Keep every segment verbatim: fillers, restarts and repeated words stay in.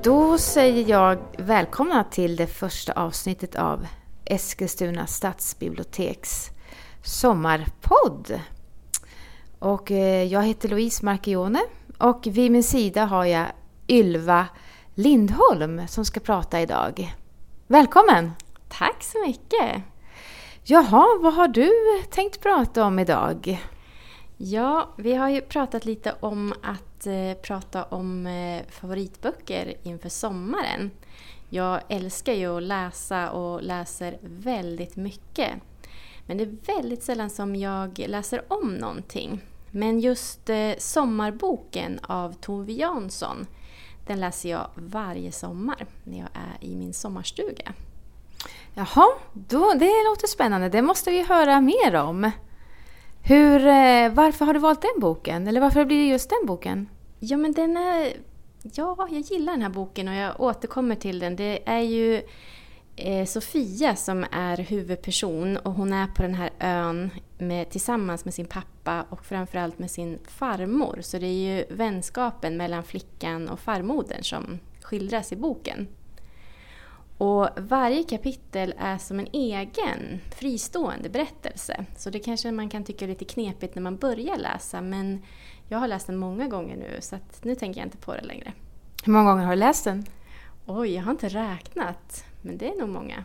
Då säger jag välkomna till det första avsnittet av Eskilstuna stadsbiblioteks sommarpodd. Och jag heter Louise Marchione och vid min sida har jag Ylva Lindholm som ska prata idag. Välkommen! Tack så mycket! Jaha, vad har du tänkt prata om idag? Ja, vi har ju pratat lite om att eh, prata om eh, favoritböcker inför sommaren. Jag älskar ju att läsa och läser väldigt mycket. Men det är väldigt sällan som jag läser om någonting. Men just eh, sommarboken av Tove Jansson, den läser jag varje sommar när jag är i min sommarstuga. Jaha, då, det låter spännande. Det måste vi höra mer om. Hur, varför har du valt den boken? Eller varför blir det just den boken? Ja, men den är, ja, jag gillar den här boken och jag återkommer till den. Det är ju eh, Sofia som är huvudperson och hon är på den här ön med, tillsammans med sin pappa och framförallt med sin farmor. Så det är ju vänskapen mellan flickan och farmodern som skildras i boken. Och varje kapitel är som en egen fristående berättelse. Så det kanske man kan tycka är lite knepigt när man börjar läsa. Men jag har läst den många gånger nu så att nu tänker jag inte på det längre. Hur många gånger har du läst den? Oj, jag har inte räknat. Men det är nog många.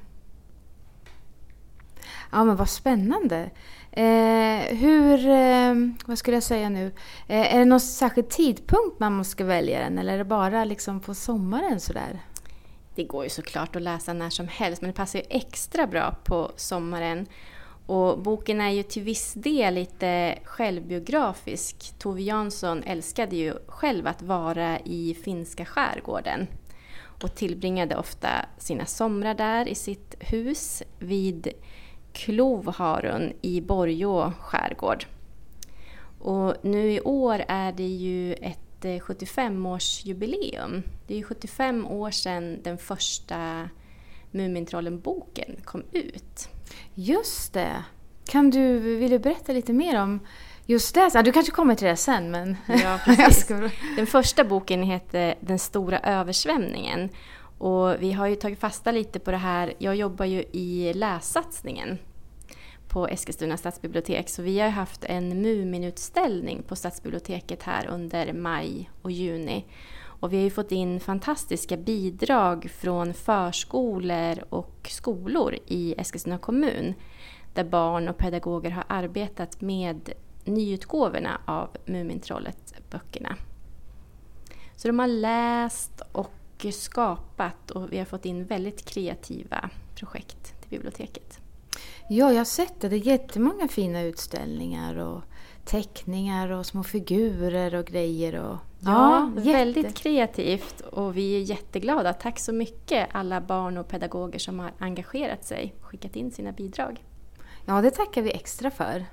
Ja, men vad spännande. Eh, hur, eh, vad skulle jag säga nu? Eh, är det någon särskild tidpunkt man måste välja den? Eller är det bara liksom på sommaren sådär? Det går ju såklart att läsa när som helst, men det passar ju extra bra på sommaren. Och boken är ju till viss del lite självbiografisk. Tove Jansson älskade ju själv att vara i finska skärgården och tillbringade ofta sina somrar där i sitt hus vid Klovharun i Borgå skärgård. Och nu i år är det ju ett sjuttiofem-årsjubileum. Det är ju sjuttiofem år sedan den första Mumintrollen-boken kom ut. Just det. Kan du, vill du berätta lite mer om just det? Du kanske kommer till det sen, men... Ja, precis. Den första boken heter Den stora översvämningen. Och vi har ju tagit fasta lite på det här. Jag jobbar ju i lässatsningen på Eskilstuna stadsbibliotek. Så vi har haft en Muminutställning på stadsbiblioteket här under maj och juni. Och vi har ju fått in fantastiska bidrag från förskolor och skolor i Eskilstuna kommun. Där barn och pedagoger har arbetat med nyutgåvorna av Mumintrollet-böckerna. Så de har läst och skapat och vi har fått in väldigt kreativa projekt till biblioteket. Ja, jag har sett det. Det är jättemånga fina utställningar och teckningar och små figurer och grejer. Och, ja, ja väldigt kreativt och vi är jätteglada. Tack så mycket alla barn och pedagoger som har engagerat sig och skickat in sina bidrag. Ja, det tackar vi extra för.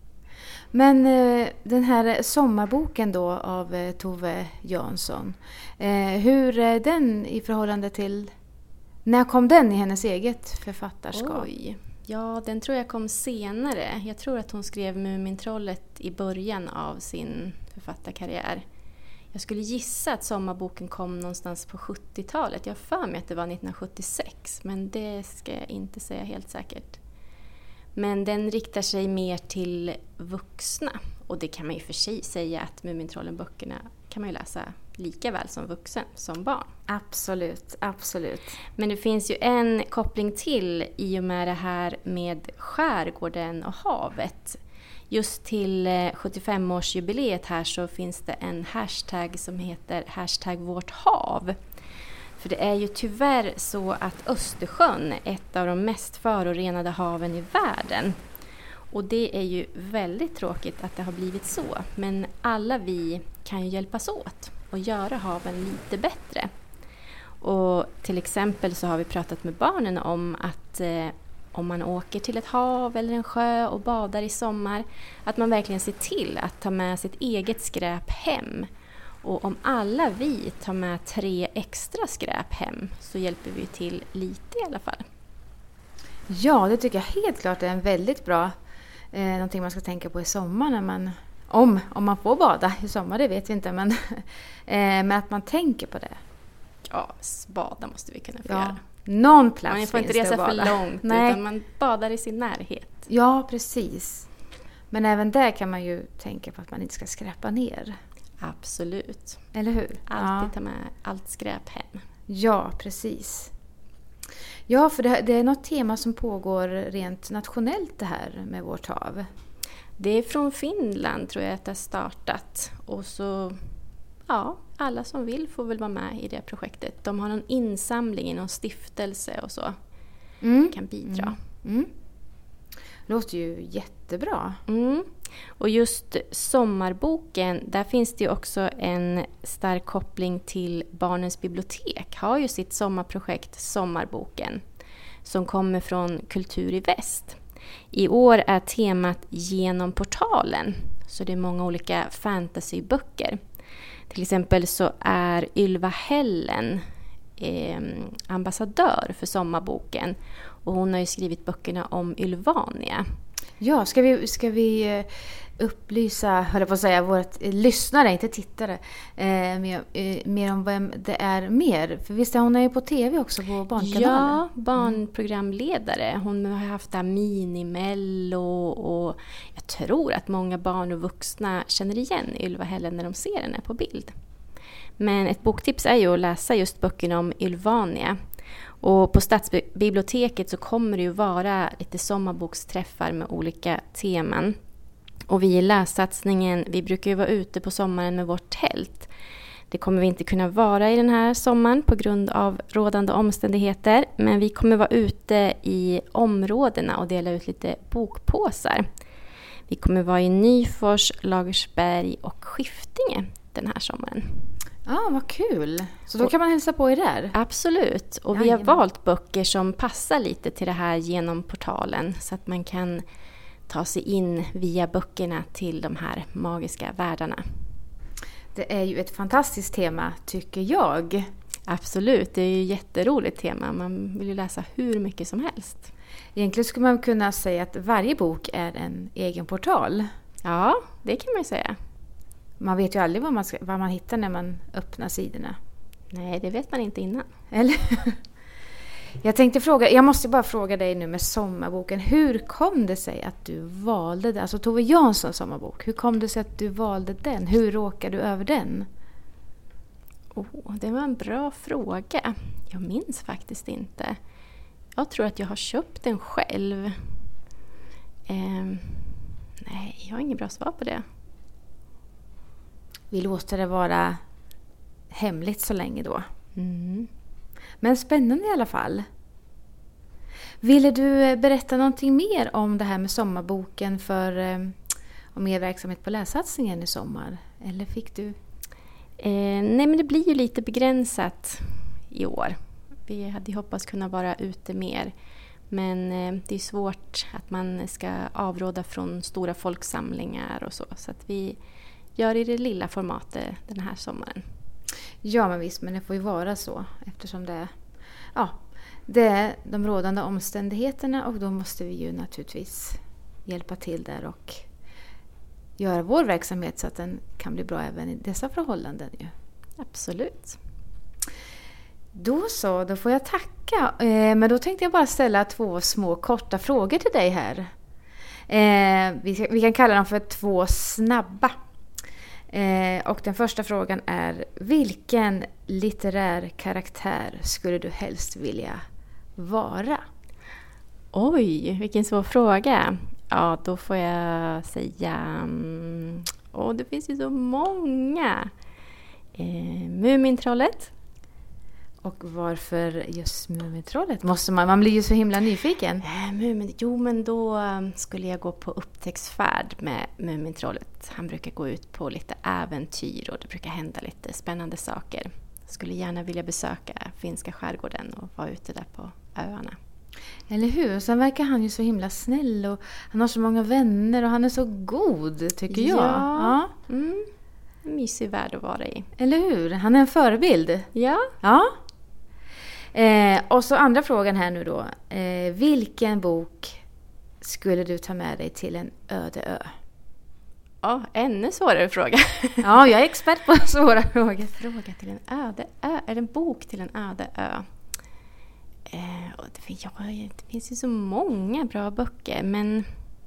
Men eh, den här sommarboken då av eh, Tove Jansson. Eh, hur är den i förhållande till... När kom den i hennes eget författarskap? Oj. Ja, den tror jag kom senare. Jag tror att hon skrev Mumintrollet i början av sin författarkarriär. Jag skulle gissa att sommarboken kom någonstans på sjuttiotalet. Jag har för mig att det var nittonhundrasjuttiosex, men det ska jag inte säga helt säkert. Men den riktar sig mer till vuxna. Och det kan man ju för sig säga att Mumintrollen-böckerna kan man ju läsa lika väl som vuxen som barn. Absolut, absolut. Men det finns ju en koppling till i och med det här med skärgården och havet. Just till sjuttiofem-årsjubileet här så finns det en hashtag som heter hashtag vårt hav. För det är ju tyvärr så att Östersjön är ett av de mest förorenade haven i världen. Och det är ju väldigt tråkigt att det har blivit så. Men alla vi kan ju hjälpas åt och göra haven lite bättre. Och till exempel så har vi pratat med barnen om att eh, om man åker till ett hav eller en sjö och badar i sommar, att man verkligen ser till att ta med sitt eget skräp hem. Och om alla vi tar med tre extra skräp hem så hjälper vi till lite i alla fall. Ja, det tycker jag helt klart är en väldigt bra eh, någonting man ska tänka på i sommar när man om, om man får bada i sommar, det vet vi inte, men, eh, men att man tänker på det. Ja, bada måste vi kunna få Ja. göra. Någon plats Man får inte finns det resa att för bada. långt, Nej. utan man badar i sin närhet. Ja, precis. Men även där kan man ju tänka på att man inte ska skräpa ner. Absolut. Eller hur? Alltid Ja. ta med allt skräp hem. Ja, precis. Ja, för det, det är något tema som pågår rent nationellt det här med vårt hav. Det är från Finland tror jag att det har startat. Och så, ja, alla som vill får väl vara med i det projektet. De har någon insamling i någon stiftelse och så. Mm. Kan bidra. Mm. Låter ju jättebra. Mm. Och just sommarboken, där finns det ju också en stark koppling till Barnens bibliotek. Har ju sitt sommarprojekt Sommarboken som kommer från Kultur i väst. I år är temat Genom portalen, så det är många olika fantasyböcker. Till exempel så är Ylva Hällen eh, ambassadör för sommarboken och hon har ju skrivit böckerna om Ylvania. Ja, ska vi, ska vi upplysa, höll jag på att säga, vårt lyssnare, inte tittare, eh, mer, eh, mer om vem det är mer? För visst är hon är ju på tv också på Barnkanalen? Ja, barnprogramledare. Hon har haft där Minimello och jag tror att många barn och vuxna känner igen Ylva Hällen när de ser henne på bild. Men ett boktips är ju att läsa just böckerna om Ylvania. Och på Stadsbiblioteket så kommer det ju vara lite sommarboksträffar med olika teman. Och vi i lässatsningen, vi brukar ju vara ute på sommaren med vårt tält. Det kommer vi inte kunna vara i den här sommaren på grund av rådande omständigheter. Men vi kommer vara ute i områdena och dela ut lite bokpåsar. Vi kommer vara i Nyfors, Lagersberg och Skiftinge den här sommaren. Ja, ah, vad kul. Så då kan man hälsa på er där? Absolut. Och vi har Jajamän. valt böcker som passar lite till det här genom portalen. Så att man kan ta sig in via böckerna till de här magiska världarna. Det är ju ett fantastiskt tema, tycker jag. Absolut, det är ju ett jätteroligt tema. Man vill ju läsa hur mycket som helst. Egentligen skulle man kunna säga att varje bok är en egen portal. Ja, det kan man ju säga. Man vet ju aldrig vad man, ska, vad man hittar när man öppnar sidorna. Nej, det vet man inte innan. Eller? Jag tänkte fråga, jag måste bara fråga dig nu med sommarboken. Hur kom det sig att du valde den? Alltså Tove Janssons sommarbok. Hur kom det sig att du valde den? Hur råkade du över den? Oh, det var en bra fråga. Jag minns faktiskt inte. Jag tror att jag har köpt den själv. Eh, nej, jag har inget bra svar på det. Vi låter det vara hemligt så länge då. Mm. Men spännande i alla fall. Ville du berätta någonting mer om det här med sommarboken för eh, om er verksamhet på lässatsningen i sommar? Eller fick du? Eh, nej, men det blir ju lite begränsat i år. Vi hade hoppats kunna vara ute mer. Men eh, det är svårt att man ska avråda från stora folksamlingar och så. Så att vi gör i det lilla formatet den här sommaren. Ja, men visst, men det får ju vara så eftersom det är, ja, det är de rådande omständigheterna och då måste vi ju naturligtvis hjälpa till där och göra vår verksamhet så att den kan bli bra även i dessa förhållanden ju. Absolut. Då så, då får jag tacka. Eh, men då tänkte jag bara ställa två små korta frågor till dig här. Eh, vi, ska, vi kan kalla dem för två snabba. Eh, och den första frågan är, vilken litterär karaktär skulle du helst vilja vara? Oj, vilken svår fråga. Ja, då får jag säga... Åh, det finns ju så många. Eh, Mumintrollet. Och varför just Mumintrollet? Måste man, man blir ju så himla nyfiken. Eh, Mumin, jo, men då skulle jag gå på upptäcktsfärd med Mumintrollet. Han brukar gå ut på lite äventyr och det brukar hända lite spännande saker. Jag skulle gärna vilja besöka finska skärgården och vara ute där på öarna. Eller hur? Sen verkar han ju så himla snäll och han har så många vänner och han är så god, tycker jag. Ja, ja. Mm. En mysig värld att vara i. Eller hur? Han är en förebild. Ja. Ja. Eh, och så andra frågan här nu då. Eh, vilken bok skulle du ta med dig till en öde ö? Ja, ännu svårare fråga. Ja, jag är expert på svåra frågor. Fråga till en öde ö. Är det en bok till en öde ö? Eh, och det, finns, ja, det finns ju så många bra böcker, men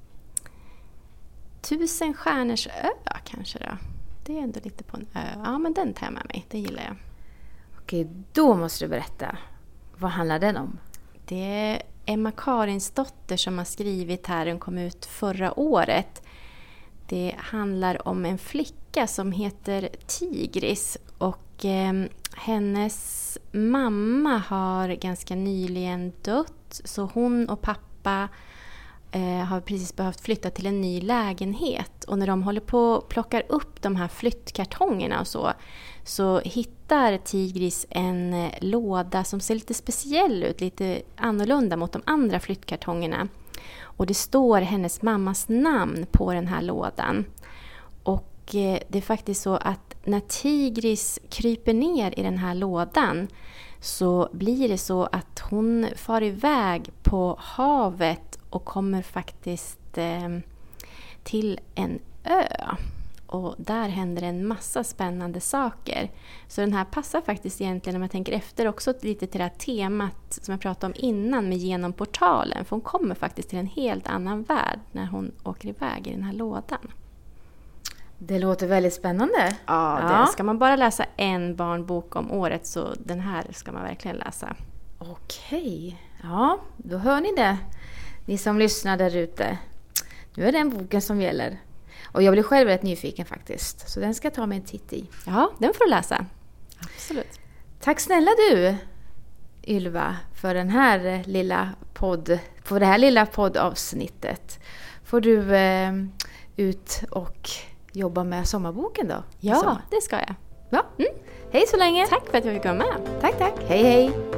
Tusen stjärnors ö kanske då. Det är ändå lite på en ö. Ja, men den tar jag med mig. Det gillar jag. Okej, då måste du berätta. Vad handlar den om? Det är Emma Karinsdotter som har skrivit här. Den kom ut förra året. Det handlar om en flicka som heter Tigris. Och eh, hennes mamma har ganska nyligen dött. Så hon och pappa eh, har precis behövt flytta till en ny lägenhet. Och när de håller på och plockar upp de här flyttkartongerna och så. Så hittar Tigris en eh, låda som ser lite speciell ut. Lite annorlunda mot de andra flyttkartongerna. Och det står hennes mammas namn på den här lådan. Och eh, det är faktiskt så att när Tigris kryper ner i den här lådan så blir det så att hon far iväg på havet och kommer faktiskt eh, till en ö. Och där händer en massa spännande saker. Så den här passar faktiskt egentligen, om jag tänker efter, också lite till det här temat som jag pratade om innan med genom portalen. För hon kommer faktiskt till en helt annan värld när hon åker iväg i den här lådan. Det låter väldigt spännande. Ja, ja. Det, ska man bara läsa en barnbok om året så den här ska man verkligen läsa. Okej, ja, då hör ni det. Ni som lyssnar där ute. Nu är det en boken som gäller. Och jag blir själv rätt nyfiken faktiskt. Så den ska jag ta mig en titt i. Ja, den får du läsa. Absolut. Tack snälla du, Ylva, för den här lilla podd, för det här lilla poddavsnittet. Får du eh, ut och jobba med sommarboken då? Ja, det ska jag. Ja. Mm. Hej så länge. Tack för att jag fick vara med. Tack, tack. Hej, hej.